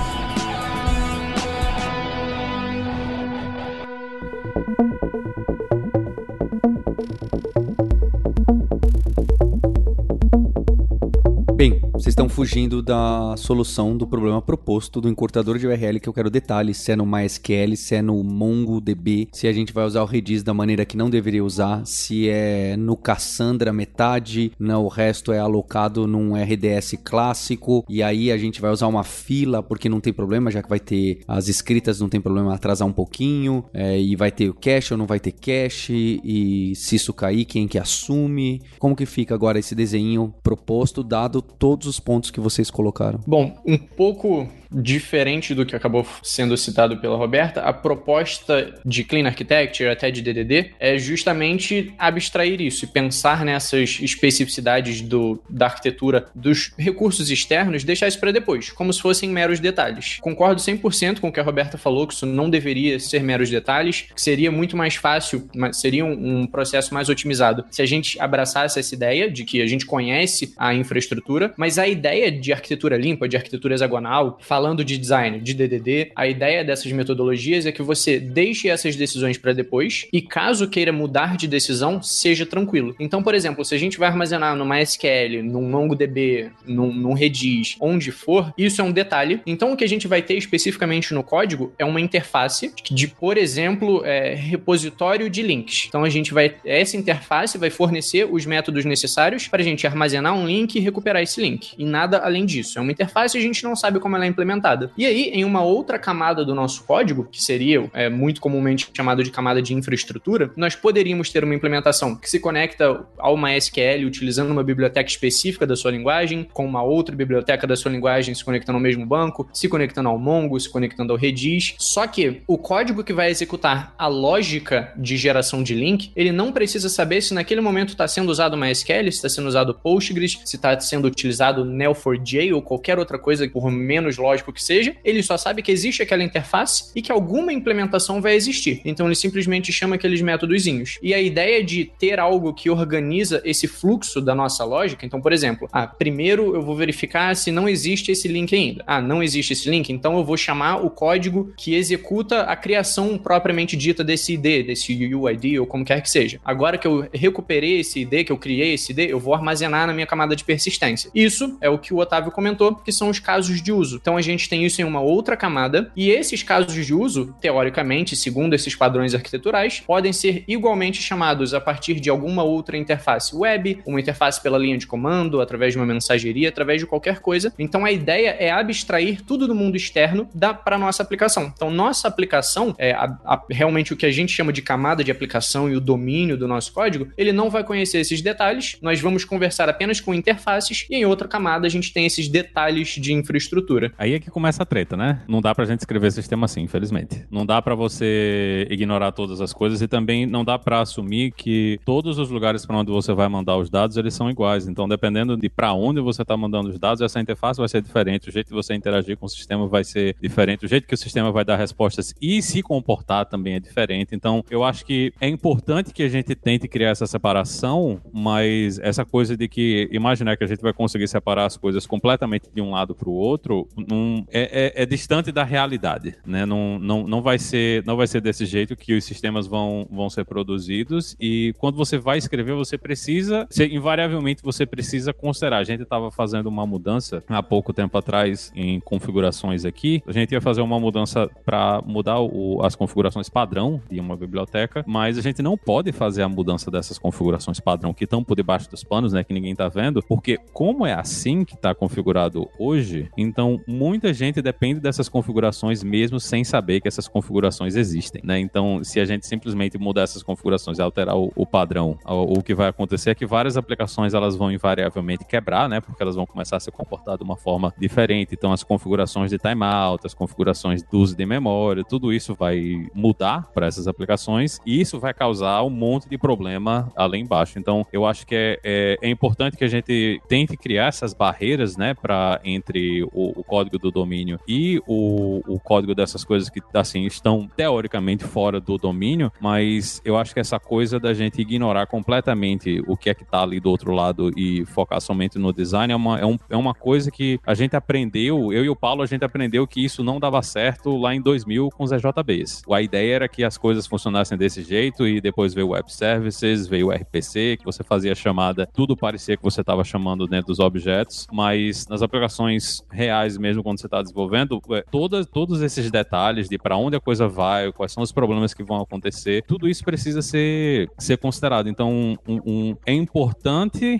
Bem, vocês estão fugindo da solução do problema proposto do encurtador de URL, que eu quero detalhes, se é no MySQL, se é no MongoDB, se a gente vai usar o Redis da maneira que não deveria usar, se é no Cassandra metade, o resto é alocado num RDS clássico, e aí a gente vai usar uma fila, porque não tem problema, já que vai ter as escritas, não tem problema atrasar um pouquinho, e vai ter o cache ou não vai ter cache, e se isso cair, quem que assume? Como que fica agora esse desenho proposto, dado todos os pontos que vocês colocaram? Bom, um pouco diferente do que acabou sendo citado pela Roberta, a proposta de Clean Architecture, até de DDD, é justamente abstrair isso e pensar nessas especificidades da arquitetura dos recursos externos, deixar isso para depois, como se fossem meros detalhes. Concordo 100% com o que a Roberta falou, que isso não deveria ser meros detalhes, que seria muito mais fácil, seria um processo mais otimizado se a gente abraçasse essa ideia de que a gente conhece a infraestrutura, mas a ideia de arquitetura limpa, de arquitetura hexagonal, falando de design, de DDD, a ideia dessas metodologias é que você deixe essas decisões para depois e caso queira mudar de decisão, seja tranquilo. Então, por exemplo, se a gente vai armazenar no MySQL, num MongoDB, num Redis, onde for, isso é um detalhe. Então, o que a gente vai ter especificamente no código é uma interface de, por exemplo, repositório de links. Então, essa interface vai fornecer os métodos necessários para a gente armazenar um link e recuperar esse link. E nada além disso. É uma interface e a gente não sabe como ela é implementada. E aí, em uma outra camada do nosso código, que seria muito comumente chamado de camada de infraestrutura, nós poderíamos ter uma implementação que se conecta ao MySQL utilizando uma biblioteca específica da sua linguagem, com uma outra biblioteca da sua linguagem se conectando ao mesmo banco, se conectando ao Mongo, se conectando ao Redis. Só que o código que vai executar a lógica de geração de link, ele não precisa saber se naquele momento está sendo usado MySQL, se está sendo usado Postgres, se está sendo utilizado Neo4j ou qualquer outra coisa, por menos lógico que seja, ele só sabe que existe aquela interface e que alguma implementação vai existir. Então ele simplesmente chama aqueles métodozinhos. E a ideia de ter algo que organiza esse fluxo da nossa lógica, então, por exemplo, primeiro eu vou verificar se não existe esse link ainda. Não existe esse link, então eu vou chamar o código que executa a criação propriamente dita desse ID, desse UID ou como quer que seja. Agora que eu recuperei esse ID, que eu criei esse ID, eu vou armazenar na minha camada de persistência. Isso é o que o Otávio comentou, que são os casos de uso. Então a gente tem isso em uma outra camada, e esses casos de uso, teoricamente, segundo esses padrões arquiteturais, podem ser igualmente chamados a partir de alguma outra interface web, uma interface pela linha de comando, através de uma mensageria, através de qualquer coisa. Então a ideia é abstrair tudo do mundo externo para a nossa aplicação. Então nossa aplicação, realmente o que a gente chama de camada de aplicação e o domínio do nosso código, ele não vai conhecer esses detalhes, nós vamos conversar apenas com interfaces, e em outra camada a gente tem esses detalhes de infraestrutura. Aí é que começa a treta, né? Não dá pra gente escrever sistema assim, infelizmente. Não dá pra você ignorar todas as coisas e também não dá pra assumir que todos os lugares pra onde você vai mandar os dados, eles são iguais. Então, dependendo de pra onde você tá mandando os dados, essa interface vai ser diferente, o jeito de você interagir com o sistema vai ser diferente, o jeito que o sistema vai dar respostas e se comportar também é diferente. Então, eu acho que é importante que a gente tente criar essa separação, mas essa coisa de que imaginar que a gente vai conseguir separar as coisas completamente de um lado pro outro, é distante da realidade, né? Não vai ser desse jeito que os sistemas vão ser produzidos, e quando você vai escrever, invariavelmente você precisa considerar. A gente estava fazendo uma mudança há pouco tempo atrás em configurações aqui, a gente ia fazer uma mudança para mudar as configurações padrão de uma biblioteca, mas a gente não pode fazer a mudança dessas configurações padrão que estão por debaixo dos panos, né, que ninguém está vendo, porque como é assim que está configurado hoje, então muita gente depende dessas configurações mesmo sem saber que essas configurações existem, né? Então, se a gente simplesmente mudar essas configurações e alterar o padrão, o que vai acontecer é que várias aplicações elas vão invariavelmente quebrar, né? Porque elas vão começar a se comportar de uma forma diferente. Então, as configurações de timeout, as configurações do uso de memória, tudo isso vai mudar para essas aplicações e isso vai causar um monte de problema ali embaixo. Então, eu acho que é importante que a gente tente criar essas barreiras, né? Entre o código do domínio e o código dessas coisas que, assim, estão teoricamente fora do domínio, mas eu acho que essa coisa da gente ignorar completamente o que é que tá ali do outro lado e focar somente no design é uma coisa que a gente aprendeu, eu e o Paulo, a gente aprendeu que isso não dava certo lá em 2000 com os EJBs. A ideia era que as coisas funcionassem desse jeito e depois veio o Web Services, veio o RPC, que você fazia a chamada, tudo parecia que você estava chamando dentro dos objetos, mas nas aplicações reais mesmo, quando você está desenvolvendo, todos esses detalhes de para onde a coisa vai, quais são os problemas que vão acontecer, tudo isso precisa ser considerado. Então, é importante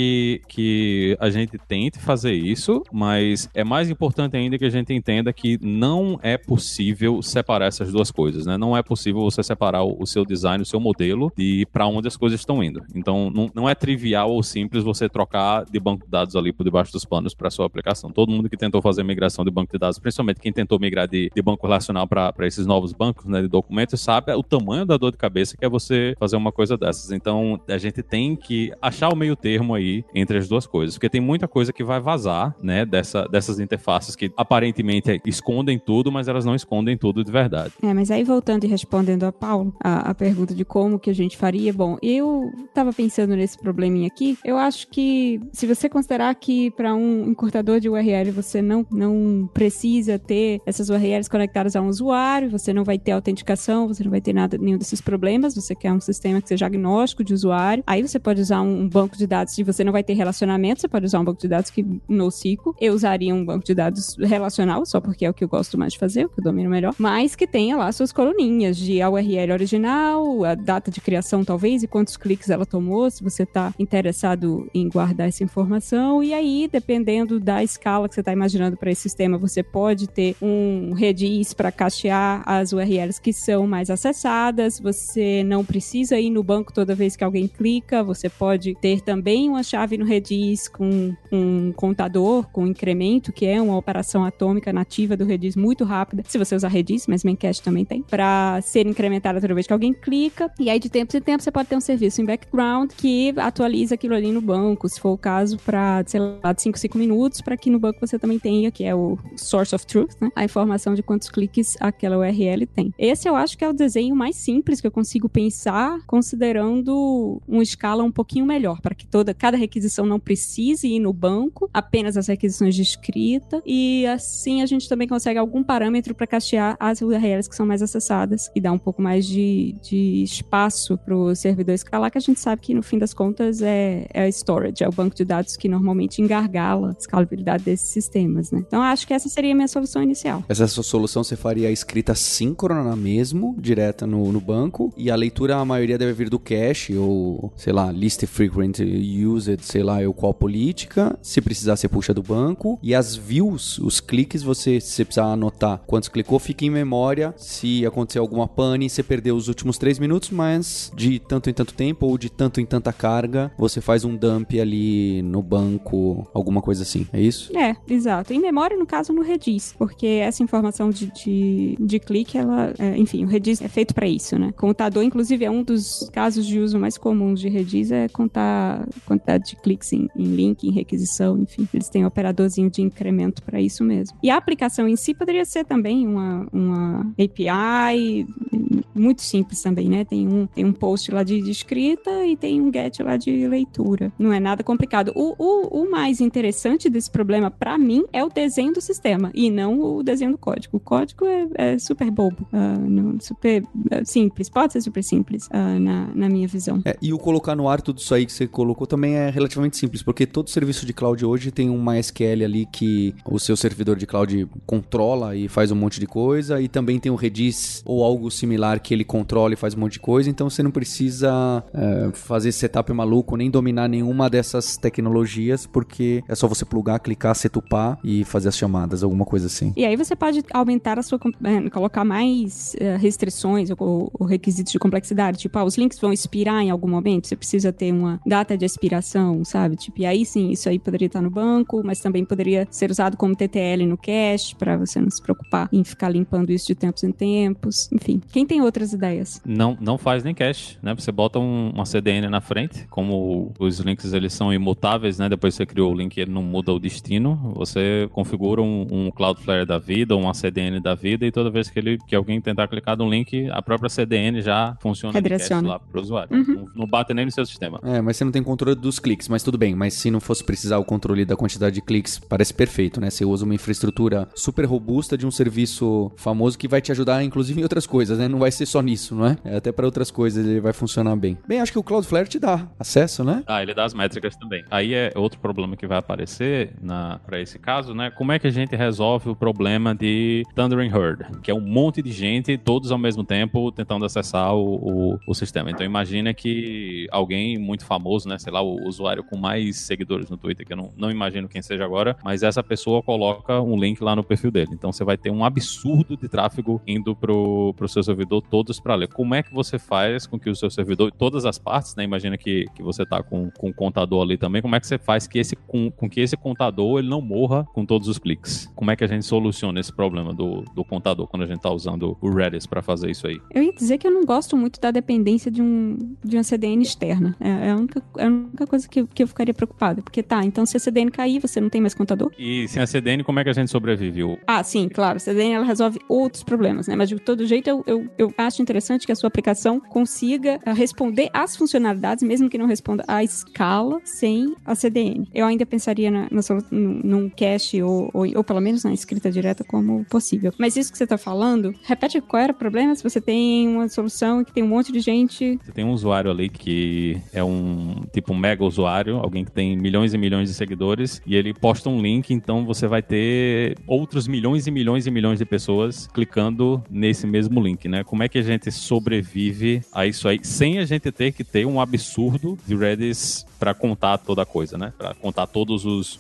que a gente tente fazer isso, mas é mais importante ainda que a gente entenda que não é possível separar essas duas coisas, né? Não é possível você separar o seu design, o seu modelo de para onde as coisas estão indo. Então, não é trivial ou simples você trocar de banco de dados ali por debaixo dos panos para sua aplicação. Todo mundo que tentou fazer migração de banco de dados, principalmente quem tentou migrar de banco relacional para esses novos bancos, né, de documentos, sabe o tamanho da dor de cabeça que é você fazer uma coisa dessas. Então, a gente tem que achar o meio termo aí entre as duas coisas, porque tem muita coisa que vai vazar, né, dessas interfaces que aparentemente escondem tudo, mas elas não escondem tudo de verdade. Mas aí voltando e respondendo a Paulo, a pergunta de como que a gente faria, bom, eu tava pensando nesse probleminha aqui, eu acho que se você considerar que para um encurtador de URL você não precisa ter essas URLs conectadas a um usuário, você não vai ter autenticação, você não vai ter nenhum desses problemas, você quer um sistema que seja agnóstico de usuário, aí você pode usar um banco de dados, se você não vai ter relacionamento, você pode usar um banco de dados que NoSQL, eu usaria um banco de dados relacional, só porque é o que eu gosto mais de fazer, o que eu domino melhor, mas que tenha lá suas coluninhas de a URL original, a data de criação talvez, e quantos cliques ela tomou, se você está interessado em guardar essa informação, e aí, dependendo da escala que você está imaginando para esse sistema, você pode ter um Redis para cachear as URLs que são mais acessadas, você não precisa ir no banco toda vez que alguém clica, você pode ter também uma chave no Redis com um contador, com incremento, que é uma operação atômica nativa do Redis muito rápida, se você usar Redis, mas Memcache também tem, para ser incrementada toda vez que alguém clica, e aí de tempo em tempo você pode ter um serviço em background que atualiza aquilo ali no banco, se for o caso, para, sei lá, de 5 minutos, para que no banco você também tenha, que é o source of truth, né? A informação de quantos cliques aquela URL tem. Esse eu acho que é o desenho mais simples que eu consigo pensar, considerando uma escala um pouquinho melhor, para que cada requisição não precise ir no banco, apenas as requisições de escrita, e assim a gente também consegue algum parâmetro para cachear as URLs que são mais acessadas e dar um pouco mais de espaço para o servidor escalar, que a gente sabe que no fim das contas é a storage, é o banco de dados que normalmente engargala a escalabilidade desses sistemas, né? Então acho que essa seria a minha solução inicial. Essa solução você faria a escrita síncrona mesmo, direta no banco, e a leitura, a maioria deve vir do cache, ou, sei lá, list frequent used, sei lá, qual política, se precisar você puxa do banco, e as views, os cliques, se você precisar anotar quantos clicou, fica em memória, se acontecer alguma pane, você perdeu os últimos 3 minutos, mas de tanto em tanto tempo, ou de tanto em tanta carga, você faz um dump ali no banco, alguma coisa assim, é isso? Exato. Em memória, no caso, no Redis, porque essa informação de clique, ela, enfim, o Redis é feito para isso, né? Contador, inclusive, é um dos casos de uso mais comuns de Redis, é contar a quantidade de cliques em link, em requisição, enfim, eles têm um operadorzinho de incremento para isso mesmo. E a aplicação em si poderia ser também uma API muito simples também, né? Tem um post lá de escrita e tem um get lá de leitura. Não é nada complicado. O mais interessante desse problema, para mim, é o desenho do sistema e não o desenho do código. O código é super bobo, super simples, pode ser super simples na minha visão. E o colocar no ar tudo isso aí que você colocou também é relativamente simples, porque todo serviço de cloud hoje tem um MySQL ali que o seu servidor de cloud controla e faz um monte de coisa, e também tem o Redis ou algo similar que ele controla e faz um monte de coisa, então você não precisa fazer setup maluco, nem dominar nenhuma dessas tecnologias, porque é só você plugar, clicar, setupar e fazer as chamadas, alguma coisa assim. E aí você pode aumentar a sua, colocar mais restrições ou requisitos de complexidade, tipo, os links vão expirar em algum momento, você precisa ter uma data de expiração, sabe? Tipo, e aí sim, isso aí poderia estar no banco, mas também poderia ser usado como TTL no cache, para você não se preocupar em ficar limpando isso de tempos em tempos. Enfim, quem tem outras ideias? Não faz nem cache, né? Você bota uma CDN na frente, como os links eles são imutáveis, né? Depois você criou o link e ele não muda o destino, você configura configura um Cloudflare da vida, uma CDN da vida, e toda vez que alguém tentar clicar no link, a própria CDN já funciona de cache lá pro usuário. Não bate nem no seu sistema. Mas você não tem controle dos cliques, mas tudo bem. Mas se não fosse precisar o controle da quantidade de cliques, parece perfeito, né? Você usa uma infraestrutura super robusta de um serviço famoso que vai te ajudar, inclusive, em outras coisas, né? Não vai ser só nisso, não é? Até para outras coisas ele vai funcionar bem. Bem, acho que o Cloudflare te dá acesso, né? Ele dá as métricas também. Aí é outro problema que vai aparecer para esse caso, né? Como é que a gente resolve o problema de Thundering Herd, que é um monte de gente, todos ao mesmo tempo, tentando acessar o sistema. Então imagina que alguém muito famoso, né? Sei lá, o usuário com mais seguidores no Twitter, que eu não imagino quem seja agora, mas essa pessoa coloca um link lá no perfil dele. Então você vai ter um absurdo de tráfego indo pro seu servidor, todos para ler. Como é que você faz com que o seu servidor, todas as partes, né? Imagina que você tá com um contador ali também, como é que você faz que com que esse contador ele não morra com todos os cliques? Como é que a gente soluciona esse problema do contador quando a gente tá usando o Redis para fazer isso aí? Eu ia dizer que eu não gosto muito da dependência de uma CDN externa. É a única coisa que eu ficaria preocupada. Porque então se a CDN cair, você não tem mais contador. E sem a CDN, como é que a gente sobrevive? Sim, claro. A CDN ela resolve outros problemas, né? Mas de todo jeito, eu acho interessante que a sua aplicação consiga responder às funcionalidades, mesmo que não responda à escala, sem a CDN. Eu ainda pensaria num cache ou pelo menos na escrita direta como possível. Mas isso que você está falando, repete qual era o problema se você tem uma solução que tem um monte de gente. Você tem um usuário ali que é um mega usuário, alguém que tem milhões e milhões de seguidores, e ele posta um link, então você vai ter outros milhões e milhões e milhões de pessoas clicando nesse mesmo link, né? Como é que a gente sobrevive a isso aí sem a gente ter que ter um absurdo de Redis para contar toda a coisa, né? Para contar todos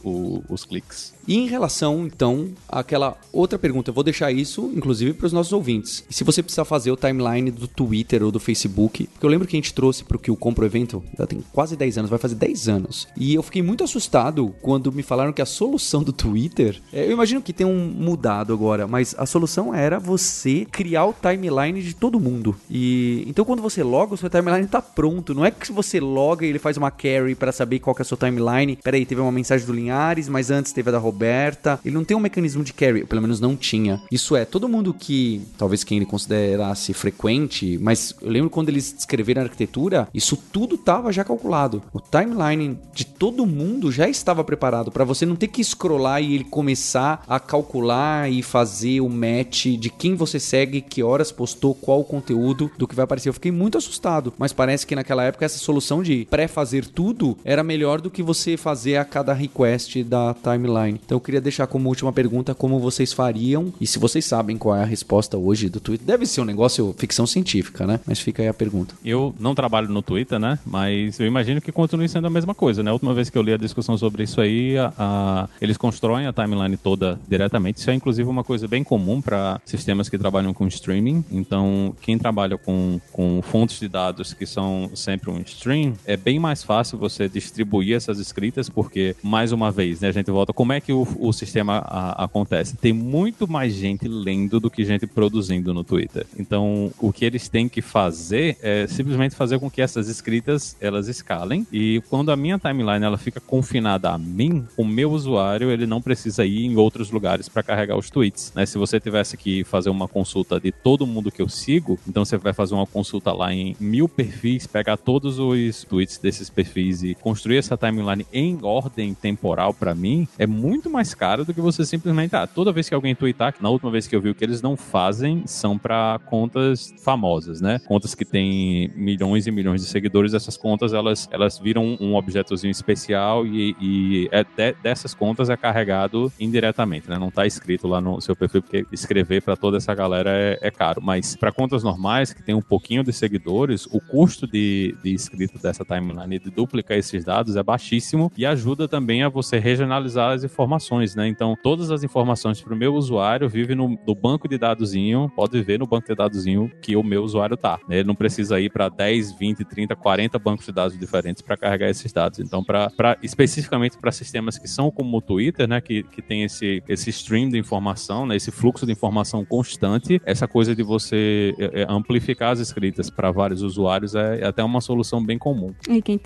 os cliques. E em relação, então, àquela outra pergunta, eu vou deixar isso, inclusive, para os nossos ouvintes. E se você precisar fazer o timeline do Twitter ou do Facebook, porque eu lembro que a gente trouxe para o que o Compro Evento, já tem quase 10 anos, vai fazer 10 anos. E eu fiquei muito assustado quando me falaram que a solução do Twitter, eu imagino que tenham mudado agora, mas a solução era você criar o timeline de todo mundo. E então quando você loga, o seu timeline está pronto. Não é que você loga e ele faz uma carry para saber qual que é a sua timeline. Peraí, teve uma mensagem do Linhares, mas antes teve a da Roberta. Ele não tem um mecanismo de carry, pelo menos não tinha. Isso é, todo mundo que, talvez quem ele considerasse frequente, mas eu lembro quando eles escreveram a arquitetura, isso tudo estava já calculado. O timeline de todo mundo já estava preparado para você não ter que scrollar e ele começar a calcular e fazer o match de quem você segue, que horas postou, qual o conteúdo do que vai aparecer. Eu fiquei muito assustado, mas parece que naquela época essa solução de pré-fazer tudo era melhor do que você fazer a cada request da timeline. Então eu queria deixar como última pergunta como vocês fariam e se vocês sabem qual é a resposta hoje do Twitter. Deve ser um negócio ficção científica, né? Mas fica aí a pergunta. Eu não trabalho no Twitter, né? Mas eu imagino que continue sendo a mesma coisa, né? A última vez que eu li a discussão sobre isso aí, eles constroem a timeline toda diretamente. Isso é inclusive uma coisa bem comum para sistemas que trabalham com streaming. Então, quem trabalha com fontes de dados que são sempre um stream, é bem mais fácil você distribuir essas escritas, porque, mais uma vez, né, a gente volta, como é que o sistema acontece? Tem muito mais gente lendo do que gente produzindo no Twitter. Então, o que eles têm que fazer é simplesmente fazer com que essas escritas, elas escalem, e quando a minha timeline, ela fica confinada a mim, o meu usuário, ele não precisa ir em outros lugares para carregar os tweets, né? Se você tivesse que fazer uma consulta de todo mundo que eu sigo, então você vai fazer uma consulta lá em 1000 perfis, pegar todos os tweets desses perfis e construir essa timeline em ordem temporal para mim, é muito mais caro do que você simplesmente, toda vez que alguém tweetar, que na última vez que eu vi o que eles não fazem são para contas famosas, né? Contas que têm milhões e milhões de seguidores, essas contas, elas viram um objetozinho especial e dessas contas é carregado indiretamente, né? Não tá escrito lá no seu perfil, porque escrever para toda essa galera é caro, mas para contas normais, que tem um pouquinho de seguidores, o custo de escrita dessa timeline, de duplicar esses dados, é baixíssimo e ajuda também a você regionalizar as informações, né? Então, todas as informações para o meu usuário vivem no banco de dadozinho, pode viver no banco de dadozinho que o meu usuário tá, né? Ele não precisa ir para 10, 20, 30, 40 bancos de dados diferentes para carregar esses dados. Então, especificamente para sistemas que são como o Twitter, né? Que tem esse stream de informação, né? Esse fluxo de informação constante, essa coisa de você amplificar as escritas para vários usuários é até uma solução bem comum. E quem tem interesse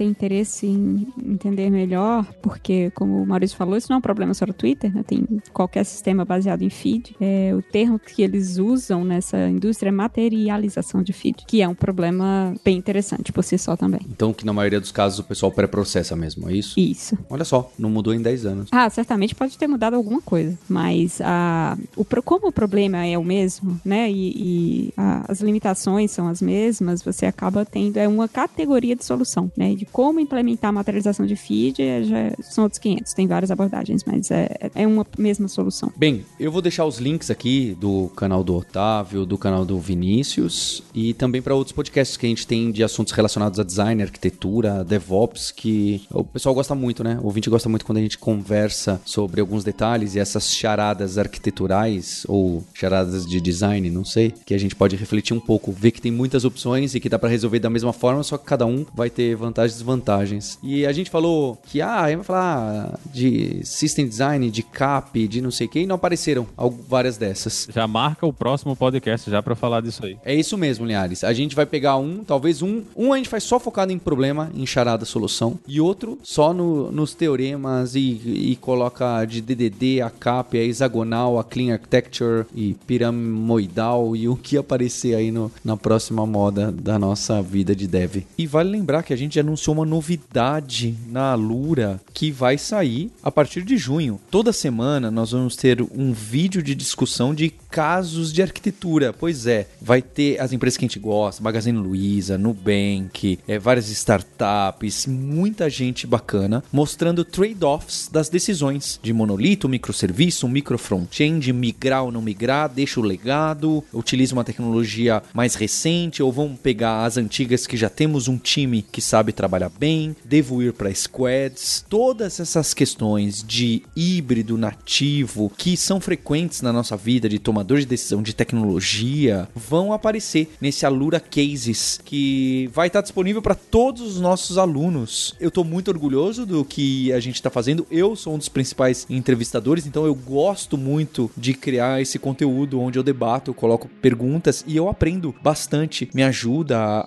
interesse em entender melhor, porque, como o Maurício falou, isso não é um problema só do Twitter, né? Tem qualquer sistema baseado em feed. O termo que eles usam nessa indústria é materialização de feed, que é um problema bem interessante por si só também. Então, que na maioria dos casos o pessoal pré-processa mesmo, é isso? Isso. Olha só, não mudou em 10 anos. Certamente pode ter mudado alguma coisa, mas como o problema é o mesmo, né, as limitações são as mesmas, você acaba tendo uma categoria de solução, né, de como implementar a materialização de feed, já são outros 500, tem várias abordagens, mas é uma mesma solução. Bem, eu vou deixar os links aqui do canal do Otávio, do canal do Vinícius e também para outros podcasts que a gente tem de assuntos relacionados a design, arquitetura, DevOps, que o pessoal gosta muito, né? O ouvinte gosta muito quando a gente conversa sobre alguns detalhes e essas charadas arquiteturais ou charadas de design, não sei, que a gente pode refletir um pouco, ver que tem muitas opções e que dá para resolver da mesma forma, só que cada um vai ter vantagens e desvantagens. E a gente falou que, a gente vai falar de system design, de CAP, de não sei o que, e não apareceram várias dessas. Já marca o próximo podcast já pra falar disso aí. É isso mesmo, Linhares. A gente vai pegar talvez um a gente faz só focado em problema, em charada solução, e outro só nos teoremas e coloca de DDD, a CAP, a hexagonal, a clean architecture e pirâmide e o que aparecer aí na próxima moda da nossa vida de dev. E vale lembrar que a gente anunciou uma novidade na Alura que vai sair a partir de junho. Toda semana nós vamos ter um vídeo de discussão de casos de arquitetura. Pois é, vai ter as empresas que a gente gosta, Magazine Luiza, Nubank, várias startups, muita gente bacana, mostrando trade-offs das decisões de monolito, microserviço, micro front-end, migrar ou não migrar, deixa o legado, utiliza uma tecnologia mais recente ou vamos pegar as antigas que já temos um time que sabe trabalhar bem, devo ir para squads. Todas essas questões de híbrido nativo que são frequentes na nossa vida de tomador de decisão de tecnologia vão aparecer nesse Alura Cases que vai estar disponível para todos os nossos alunos. Eu estou muito orgulhoso do que a gente está fazendo. Eu sou um dos principais entrevistadores, então eu gosto muito de criar esse conteúdo onde eu debato, eu coloco perguntas e eu aprendo bastante. Me ajuda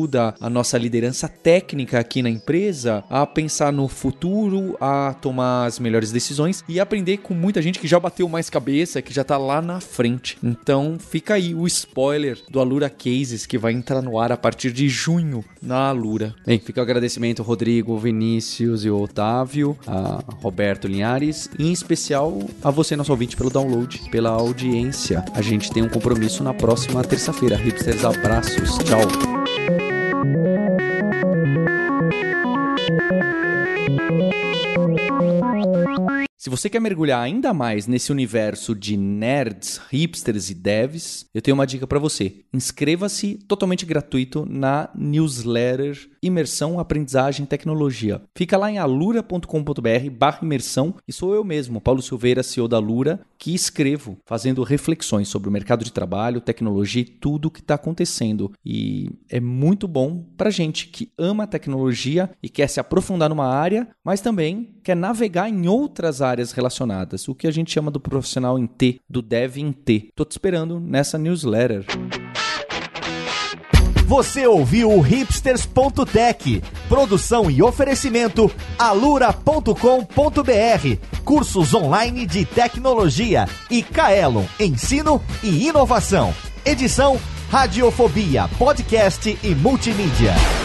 a nossa liderança técnica aqui na empresa a pensar no futuro, a tomar as melhores decisões e aprender com muita gente que já bateu mais cabeça, que já tá lá na frente. Então fica aí o spoiler do Alura Cases que vai entrar no ar a partir de junho na Alura. Bem, fica o agradecimento ao Rodrigo, Vinícius e o Otávio, a Roberto Linhares e em especial a você, nosso ouvinte, pelo download, pela audiência. A gente tem um compromisso na próxima terça-feira. Hipsters, abraços, tchau! Se você quer mergulhar ainda mais nesse universo de nerds, hipsters e devs, eu tenho uma dica para você. Inscreva-se totalmente gratuito na newsletter Imersão, Aprendizagem e Tecnologia. Fica lá em alura.com.br/imersão e sou eu mesmo, Paulo Silveira, CEO da Alura, que escrevo fazendo reflexões sobre o mercado de trabalho, tecnologia e tudo o que está acontecendo. E é muito bom para gente que ama a tecnologia e quer se aprofundar numa área, mas também quer navegar em outras áreas relacionadas, o que a gente chama do profissional em T, do dev em T. Tô te esperando nessa newsletter. Você ouviu o hipsters.tech, produção e oferecimento alura.com.br, cursos online de tecnologia e Kaelon, ensino e inovação. Edição Radiofobia, podcast e multimídia.